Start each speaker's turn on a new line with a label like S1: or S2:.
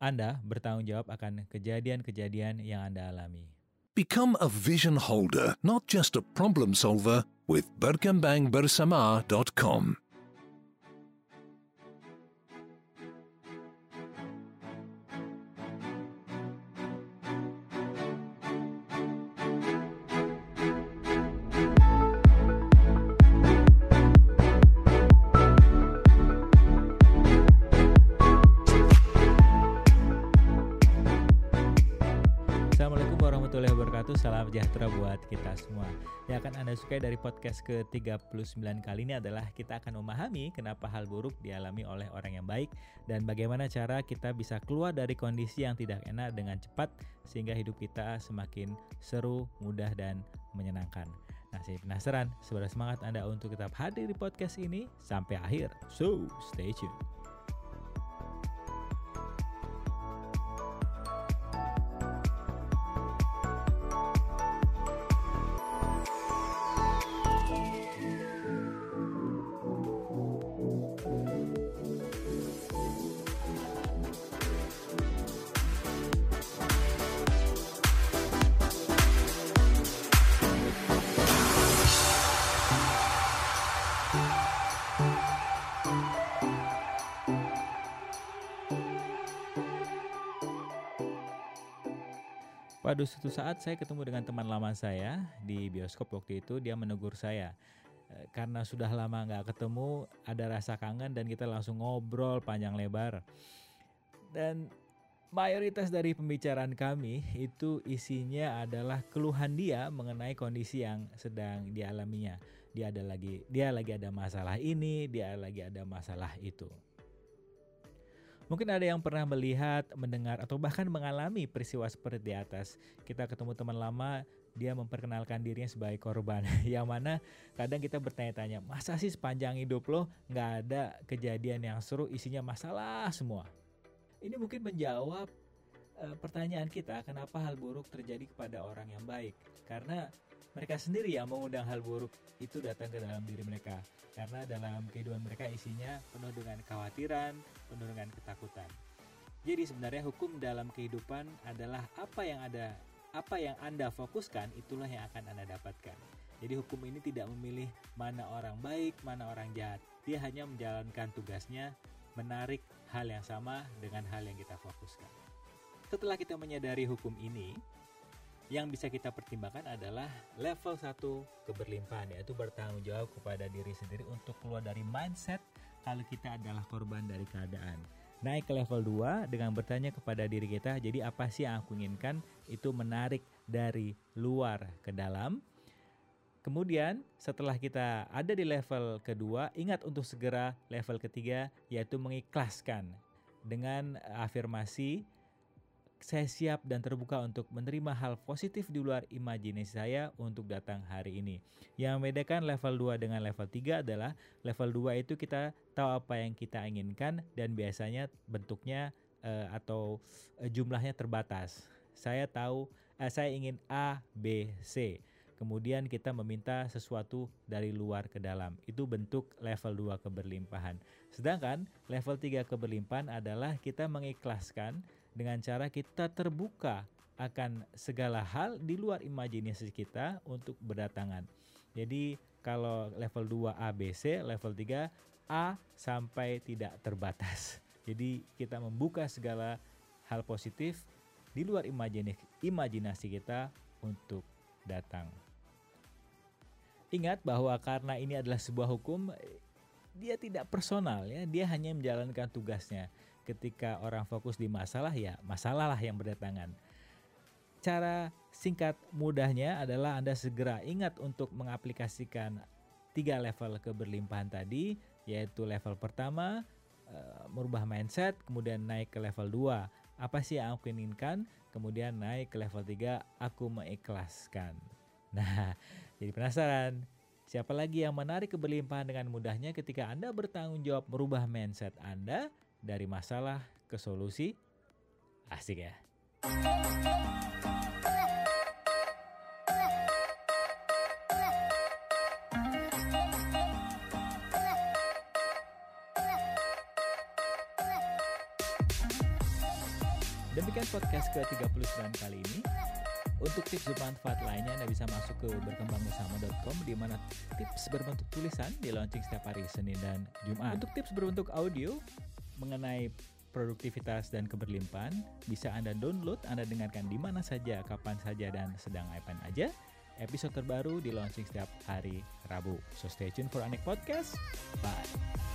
S1: Anda bertanggung jawab akan kejadian-kejadian yang Anda alami.
S2: Become a vision holder, not just a problem solver, with berkembangbersama.com.
S1: Assalamualaikum warahmatullahi wabarakatuh. Salam sejahtera buat kita semua. Yang akan Anda sukai dari podcast ke-39 kali ini adalah kita akan memahami kenapa hal buruk dialami oleh orang yang baik dan bagaimana cara kita bisa keluar dari kondisi yang tidak enak dengan cepat sehingga hidup kita semakin seru, mudah, dan menyenangkan. Nah, saya penasaran, seberapa semangat Anda untuk tetap hadir di podcast ini sampai akhir. So, stay tuned. Pada suatu saat saya ketemu dengan teman lama saya di bioskop. Waktu itu dia menegur saya karena sudah lama nggak ketemu, ada rasa kangen dan kita langsung ngobrol panjang lebar. Dan mayoritas dari pembicaraan kami itu isinya adalah keluhan dia mengenai kondisi yang sedang dialaminya. Dia lagi ada masalah ini, dia lagi ada masalah itu. Mungkin ada yang pernah melihat, mendengar, atau bahkan mengalami peristiwa seperti di atas. Kita ketemu teman lama, dia memperkenalkan dirinya sebagai korban. Yang mana kadang kita bertanya-tanya, masa sih sepanjang hidup lo gak ada kejadian yang seru, isinya masalah semua? Ini mungkin menjawab pertanyaan kita, kenapa hal buruk terjadi kepada orang yang baik. Karena mereka sendiri yang mengundang hal buruk itu datang ke dalam diri mereka. Karena dalam kehidupan mereka isinya penuh dengan kekhawatiran, penuh dengan ketakutan. Jadi sebenarnya hukum dalam kehidupan adalah apa yang Anda fokuskan, itulah yang akan Anda dapatkan. Jadi hukum ini tidak memilih mana orang baik, mana orang jahat. Dia hanya menjalankan tugasnya, menarik hal yang sama dengan hal yang kita fokuskan. Setelah kita menyadari hukum ini, yang bisa kita pertimbangkan adalah level 1 keberlimpahan, yaitu bertanggung jawab kepada diri sendiri untuk keluar dari mindset kalau kita adalah korban dari keadaan. Naik ke level 2 dengan bertanya kepada diri kita, jadi apa sih yang aku inginkan? Itu menarik dari luar ke dalam. Kemudian setelah kita ada di level kedua, ingat untuk segera level ketiga, yaitu mengikhlaskan dengan afirmasi, saya siap dan terbuka untuk menerima hal positif di luar imajinasi saya untuk datang hari ini. Yang membedakan level 2 dengan level 3 adalah level 2 itu kita tahu apa yang kita inginkan dan biasanya bentuknya atau jumlahnya terbatas. Saya tahu saya ingin A, B, C. Kemudian kita meminta sesuatu dari luar ke dalam. Itu bentuk level 2 keberlimpahan. Sedangkan level 3 keberlimpahan adalah kita mengikhlaskan dengan cara kita terbuka akan segala hal di luar imajinasi kita untuk berdatangan. Jadi kalau level 2 A, B, C, level 3 A sampai tidak terbatas. Jadi kita membuka segala hal positif di luar imajinasi kita untuk datang. Ingat bahwa karena ini adalah sebuah hukum, dia tidak personal ya, dia hanya menjalankan tugasnya. Ketika orang fokus di masalah, ya masalah lah yang berdatangan. Cara singkat mudahnya adalah Anda segera ingat untuk mengaplikasikan 3 level keberlimpahan tadi, yaitu level pertama, merubah mindset, kemudian naik ke level 2, apa sih yang aku inginkan, kemudian naik ke level 3, aku mengikhlaskan. Nah, jadi penasaran, siapa lagi yang menarik keberlimpahan dengan mudahnya ketika Anda bertanggung jawab merubah mindset Anda dari masalah ke solusi? Asik ya? Demikian podcast ke-39 kali ini. Untuk tips bermanfaat lainnya, Anda bisa masuk ke berkembangbersama.com, di mana tips berbentuk tulisan di launching setiap hari Senin dan Jumat. Untuk tips berbentuk audio mengenai produktivitas dan keberlimpahan, bisa Anda download, Anda dengarkan di mana saja, kapan saja, dan sedang ngapain aja. Episode terbaru di launching setiap hari Rabu. So stay tuned for our next podcast. Bye.